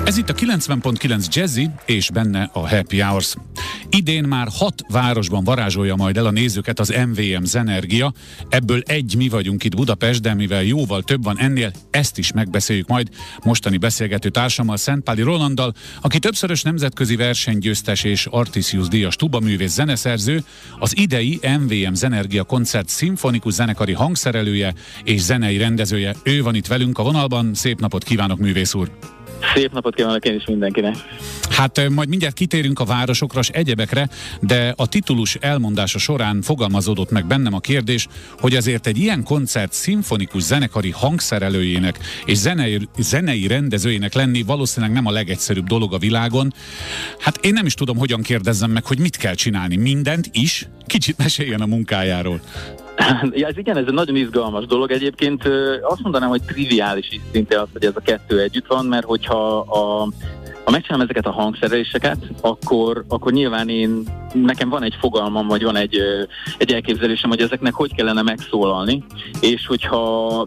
Ez itt a 90.9 Jazzy, és benne a Happy Hours. Idén már 6 városban varázsolja majd el a nézőket az MVM Zenergia. Ebből egy mi vagyunk itt Budapest, de mivel jóval több van ennél, ezt is megbeszéljük majd mostani beszélgető társammal, Szentpáli Rolanddal, aki többszörös nemzetközi versenygyőztes és Artisius díjas tubaművész zeneszerző, az idei MVM Zenergia koncert szimfonikus zenekari hangszerelője és zenei rendezője. Ő van itt velünk a vonalban. Szép napot kívánok, művész úr! Szép napot kívánok én is mindenkinek! Hát majd mindjárt kitérünk a városokra és egyebekre, de a titulus elmondása során fogalmazódott meg bennem a kérdés, hogy azért egy ilyen koncert szimfonikus zenekari hangszerelőjének és zenei rendezőjének lenni valószínűleg nem a legegyszerűbb dolog a világon. Hát én nem is tudom, hogyan kérdezzem meg, hogy mit kell csinálni. Mindent is? Kicsit meséljen a munkájáról. Ja, ez egy nagyon izgalmas dolog. Egyébként azt mondanám, hogy triviális is szinte az, hogy ez a kettő együtt van, mert hogyha ha megcsinálom ezeket a hangszereléseket, akkor nyilván nekem van egy fogalmam, vagy van egy elképzelésem, hogy ezeknek hogy kellene megszólalni, és hogyha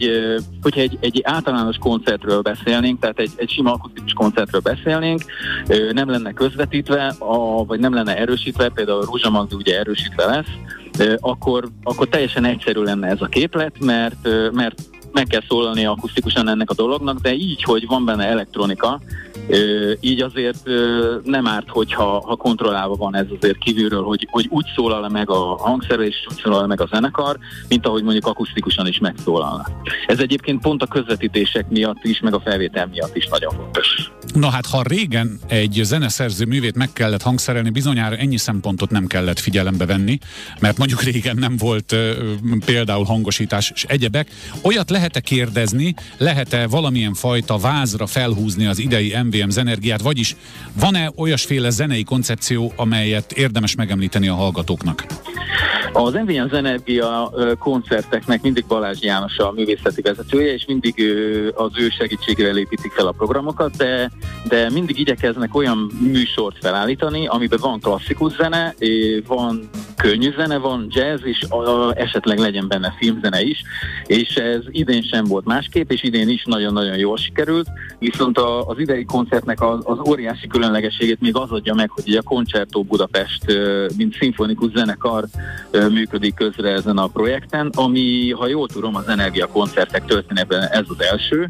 egy általános koncertről beszélnénk, tehát egy sima akusztikus koncertről beszélnénk, nem lenne közvetítve, vagy nem lenne erősítve, például a Ruzsa Magdi ugye erősítve lesz, akkor teljesen egyszerű lenne ez a képlet, mert meg kell szólalni akusztikusan ennek a dolognak, de így, hogy van benne elektronika, így azért nem árt, hogyha kontrollálva van ez azért kívülről, hogy úgy szólal meg a hangszer és úgy szólal meg a zenekar, mint ahogy mondjuk akusztikusan is megszólalna. Ez egyébként pont a közvetítések miatt is, meg a felvétel miatt is nagyon fontos. Na hát, ha régen egy zeneszerző művét meg kellett hangszerelni, bizonyára ennyi szempontot nem kellett figyelembe venni, mert mondjuk régen nem volt például hangosítás és egyebek. Olyat lehet-e kérdezni, lehet-e valamilyen fajta vázra felhúzni az idei MVM Zenergiát, vagyis van-e olyasféle zenei koncepció, amelyet érdemes megemlíteni a hallgatóknak? Az MVM Zenergia koncerteknek mindig Balázs János a művészeti vezetője, és mindig az ő segítségével építik fel a programokat, de mindig igyekeznek olyan műsort felállítani, amiben van klasszikus zene, van könnyű zene, van jazz, és esetleg legyen benne filmzene is, és ez idén sem volt másképp, és idén is nagyon-nagyon jól sikerült, viszont az idei koncertnek az óriási különlegességét még az adja meg, hogy a Concerto Budapest, mint szimfonikus zenekar működik közre ezen a projekten, ami, ha jól tudom, az Energia koncertek történetben ez az első,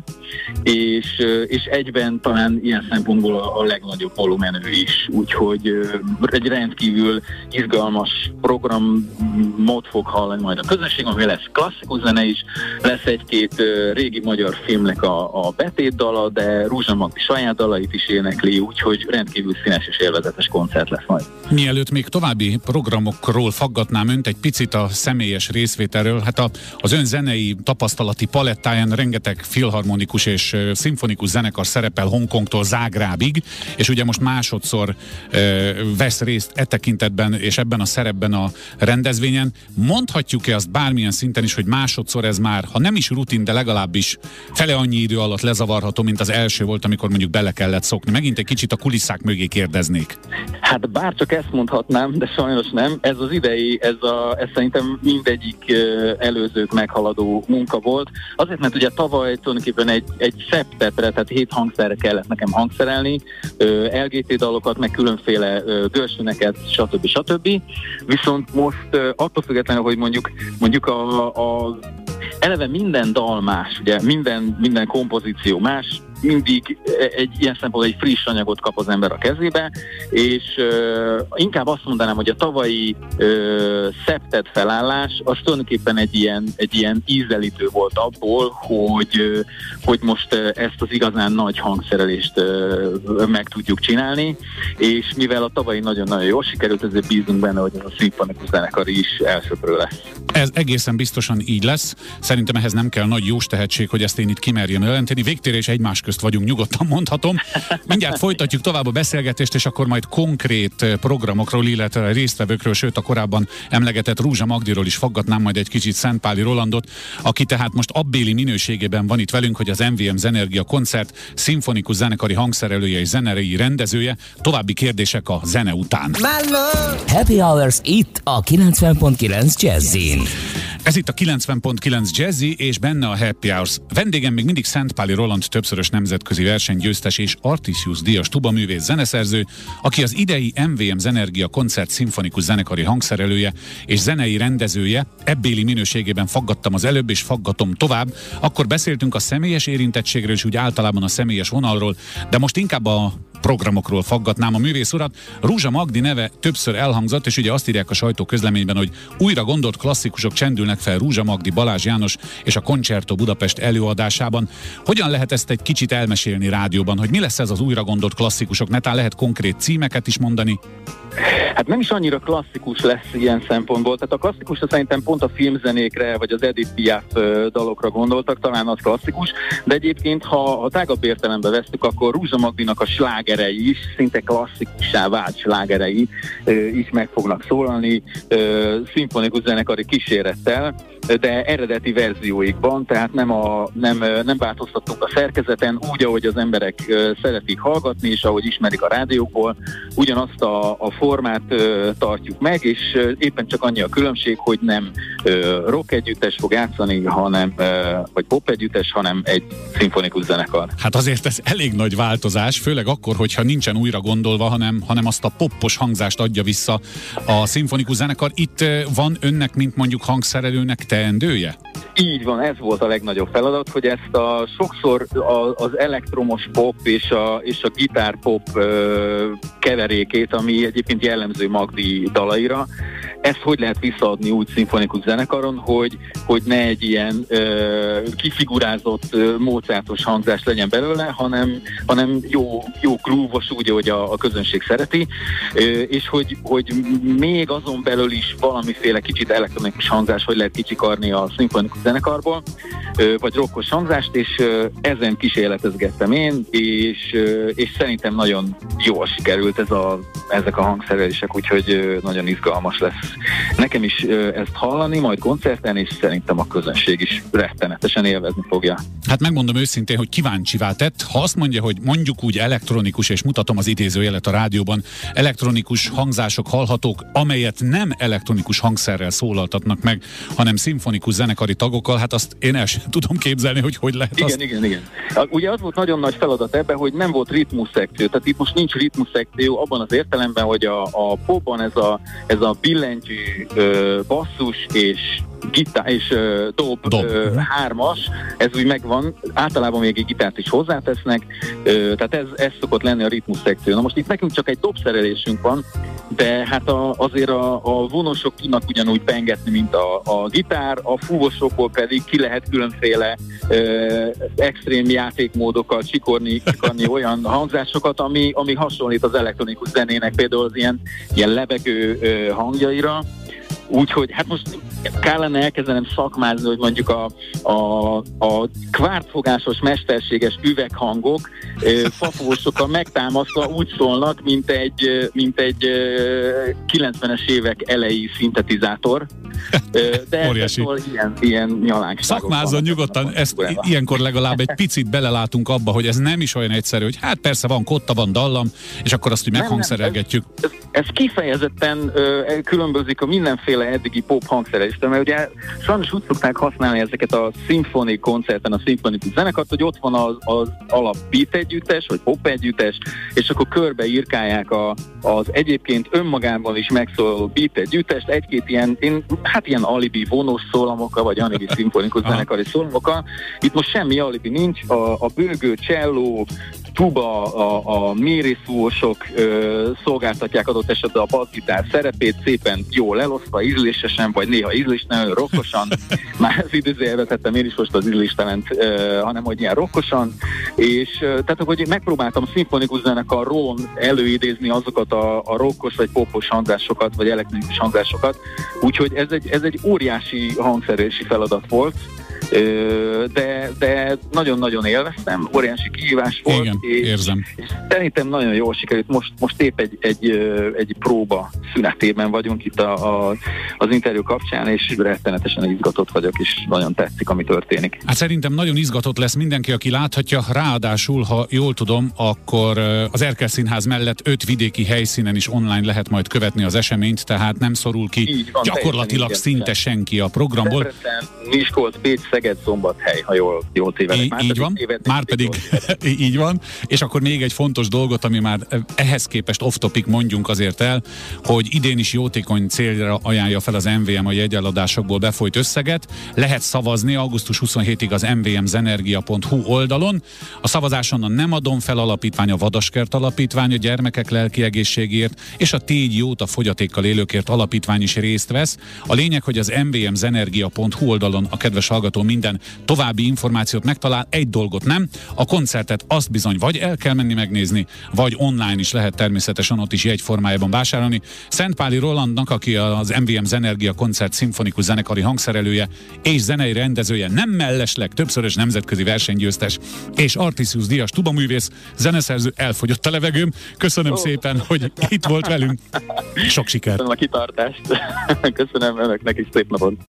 és egyben talán ilyen szempontból a legnagyobb volumenű is, úgyhogy egy rendkívül izgalmas programot fog hallani majd a közönség, ami lesz klasszikus zene is, lesz egy-két régi magyar filmnek a betétdala, de Ruzsa Magdi saját dalait is énekli, úgyhogy rendkívül színes és élvezetes koncert lesz majd. Mielőtt még további programokról faggatnám önt, egy picit a személyes részvételről. Hát az ön zenei tapasztalati palettáján rengeteg filharmonikus és szimfonikus zenekar szerepel Hongkongtól Zágrábig, és ugye most másodszor vesz részt e tekintetben és ebben a szerepben a rendezvényen. Mondhatjuk-e azt bármilyen szinten is, hogy másodszor ez már, ha nem is rutin, de legalábbis fele annyi idő alatt lezavarható, mint az első volt, amikor mondjuk bele kellett szokni? Megint egy kicsit a kulisszák mögé kérdeznék. Hát bárcsak ezt mondhatnám, de sajnos nem. Ez az idei, ez szerintem mindegyik előzőt meghaladó munka volt. Azért, mert ugye tavaly tulajdonképpen egy szeptetre, tehát 7 hangszerre kellett nekem hangszerelni, LGT dalokat, meg különféle görsüneket, stb. Viszont most attól függetlenül, hogy mondjuk a eleve minden dal más, ugye minden kompozíció más, mindig egy ilyen szempontból egy friss anyagot kap az ember a kezébe, és inkább azt mondanám, hogy a tavalyi szeptet felállás az tulajdonképpen egy ilyen ízelítő volt abból, hogy most ezt az igazán nagy hangszerelést meg tudjuk csinálni, és mivel a tavalyi nagyon-nagyon jól sikerült, ezért bízunk benne, hogy ez a szimfonikus zenekar is elsőprő lesz. Ez egészen biztosan így lesz. Szerintem ehhez nem kell nagy jós tehetség, hogy ezt én itt kimerjem jelenteni. Végtére és egymás közt vagyunk, nyugodtan mondhatom. Mindjárt folytatjuk tovább a beszélgetést, és akkor majd konkrét programokról, illetve résztvevőkről, sőt a korábban emlegetett Ruzsa Magdiról is faggatnám majd egy kicsit Szentpáli Rolandot, aki tehát most abbéli minőségében van itt velünk, hogy az MVM Zenergia koncert szimfonikus zenekari hangszerelője és zenei rendezője. További kérdések a zene után. Happy Hours itt a 90.9 Jazzin. Ez itt a 90.9 Jazzy, és benne a Happy Hours. Vendégem még mindig Szentpáli Roland, többszörös nemzetközi versenygyőztes és Artisius díjas tubaművész zeneszerző, aki az idei MVM Zenergia Koncert szimfonikus zenekari hangszerelője és zenei rendezője. Ebbéli minőségében faggattam az előbb, és faggatom tovább. Akkor beszéltünk a személyes érintettségről, és úgy általában a személyes vonalról, de most inkább a programokról faggatnám a művész urat. Rúzsa Magdi neve többször elhangzott, és ugye azt írják a sajtóközleményben, hogy újra gondolt klasszikusok csendülnek fel Rúzsa Magdi, Balázs János és a Concerto Budapest előadásában. Hogyan lehet ezt egy kicsit elmesélni rádióban, hogy mi lesz ez az újra gondolt klasszikusok? Netán lehet konkrét címeket is mondani? Hát nem is annyira klasszikus lesz ilyen szempontból. Tehát a klasszikusra szerintem pont a filmzenékre, vagy az Edith Piaf dalokra gondoltak, talán az klasszikus, de egyébként, ha tágabb értelemben vesztük, akkor Rúzsa Magdinak a slágerei is, szinte klasszikussá vált slágerei is meg fognak szólalni, szimfonikus zenekari kísérettel, de eredeti verzióikban, tehát nem változtattunk a szerkezeten, úgy, ahogy az emberek szeretik hallgatni, és ahogy ismerik a rádiókból, ugyanazt a formát tartjuk meg, és éppen csak annyi a különbség, hogy nem rock együttes fog játszani, vagy pop együttes, hanem egy szimfonikus zenekar. Hát azért ez elég nagy változás, főleg akkor, hogyha nincsen újra gondolva, hanem azt a poppos hangzást adja vissza a szimfonikus zenekar. Itt van önnek, mint mondjuk hangszerelőnek teendője? Így van, ez volt a legnagyobb feladat, hogy ezt sokszor az elektromos pop és a gitárpop keverékét, ami egyébként jellemző Magdi dalaira, ezt hogy lehet visszaadni úgy szimfonikus zenekaron, hogy ne egy ilyen kifigurázott Mozartos hangzás legyen belőle, hanem jó groove-os, úgy, ahogy a közönség szereti, és hogy még azon belül is valamiféle kicsit elektronikus hangzás, hogy lehet kicsikarni a szimfonikus zenekarból, vagy rockos hangzást, és ezen kísérletezgettem én, és szerintem nagyon jól sikerült ezek a hangszerelések, úgyhogy nagyon izgalmas lesz nekem is ezt hallani, majd koncerten, és szerintem a közönség is rettenetesen élvezni fogja. Hát megmondom őszintén, hogy kíváncsivá tett. Ha azt mondja, hogy mondjuk úgy elektronikus, és mutatom az idézőjelet a rádióban, elektronikus hangzások hallhatók, amelyet nem elektronikus hangszerrel szólaltatnak meg, hanem szimfonikus zenekari tagokkal, hát azt én el sem tudom képzelni, hogy lehet azt. Igen. Ugye az volt nagyon nagy feladat ebben, hogy nem volt ritmusszekció, tehát itt most nincs ritmusszekció abban az értelemben, hogy a popban ez a billentyű basszus és gitár és dob. Hármas, ez úgy megvan, általában még egy gitárt is hozzátesznek, tehát ez szokott lenni a ritmus szekció. Na most itt nekünk csak egy dobszerelésünk van, de hát azért a vonosok tudnak ugyanúgy pengetni, mint a gitár, a fúvosokból pedig ki lehet különféle extrém játékmódokkal csikorni olyan hangzásokat, ami hasonlít az elektronikus zenének, például az ilyen lebegő hangjaira. Úgyhogy hát most kellene elkezdenem szakmázni, hogy mondjuk a kvártfogásos mesterséges üveghangok fafúvosokkal megtámasztva úgy szólnak, mint egy 90-es évek elejé szintetizátor. De ilyen nyalánkságok. Szakmázzon nyugodtan, ilyenkor legalább egy picit belelátunk abba, hogy ez nem is olyan egyszerű, hogy hát persze van kotta, van dallam, és akkor azt úgy meghangszerelgetjük. Ez kifejezetten különbözik a mindenféle eddigi pop hangszereléstől, mert ugye sajnos úgy szokták használni ezeket a szimfoni koncerten, a szimfonikus zenekart, hogy ott van az alap beat együttes, vagy pop együttes, és akkor körbe írkálják az egyébként önmagában is megszólaló beat együttest, egy-két ilyen alibi vonós szólamokkal, vagy alibi szimfonikus zenekari szólamokkal. Itt most semmi alibi nincs, a bőgő, cselló, tuba, a mérészúvósok szolgáltatják adott esetben a basszgitár szerepét, szépen jól elosztva, ízlésesen, vagy néha ízléstelen, rockosan. Már az idézőjelbe tettem én is most az ízléstelent, hanem hogy ilyen rockosan. És tehát, hogy megpróbáltam szimfonikus zenekarról előidézni azokat a rockos vagy popos hangzásokat, vagy elektronikus hangzásokat. Úgyhogy ez egy óriási hangszerelési feladat volt, De nagyon-nagyon élveztem, óriási kihívás volt. Igen, érzem. És szerintem nagyon jól sikerült. Most épp egy próba szünetében vagyunk itt az interjú kapcsán, és rettenetesen izgatott vagyok, és nagyon tetszik, ami történik. Hát szerintem nagyon izgatott lesz mindenki, aki láthatja, ráadásul, ha jól tudom, akkor az Erkel Színház mellett 5 vidéki helyszínen is online lehet majd követni az eseményt, tehát nem szorul ki van, gyakorlatilag szinte senki a programból. Debrecen, Miskolc, Pécs, Szeged, Szombathely, ha jól tévedek. Így van, márpedig így van, és akkor még egy fontos dolgot, ami már ehhez képest off-topic, mondjunk azért el, hogy idén is jótékony célra ajánlja fel az MVM a jegyeladásokból befolyt összeget. Lehet szavazni augusztus 27-ig az mvmzenergia.hu oldalon. A szavazáson a Nem adom fel alapítvány, a Vadaskert alapítvány, a Gyermekek lelki egészségért és a Tégy jót a fogyatékkal élőkért alapítvány is részt vesz. A lényeg, hogy az mvmzenergia.hu oldalon a kedves hallgató minden további információt megtalál, egy dolgot nem, a koncertet azt bizony vagy el kell menni megnézni, vagy online is lehet természetesen ott is jegyformájában vásárolni. Szentpáli Rolandnak, aki az MVM Zenergia koncert szimfonikus zenekari hangszerelője és zenei rendezője, nem mellesleg többszörös nemzetközi versenygyőztes és Artisius díjas tubaművész, zeneszerző, elfogyott a levegőm. Köszönöm szépen, hogy itt volt velünk. Sok sikert! Köszönöm a kitartást. Köszönöm önöknek is, szép napot!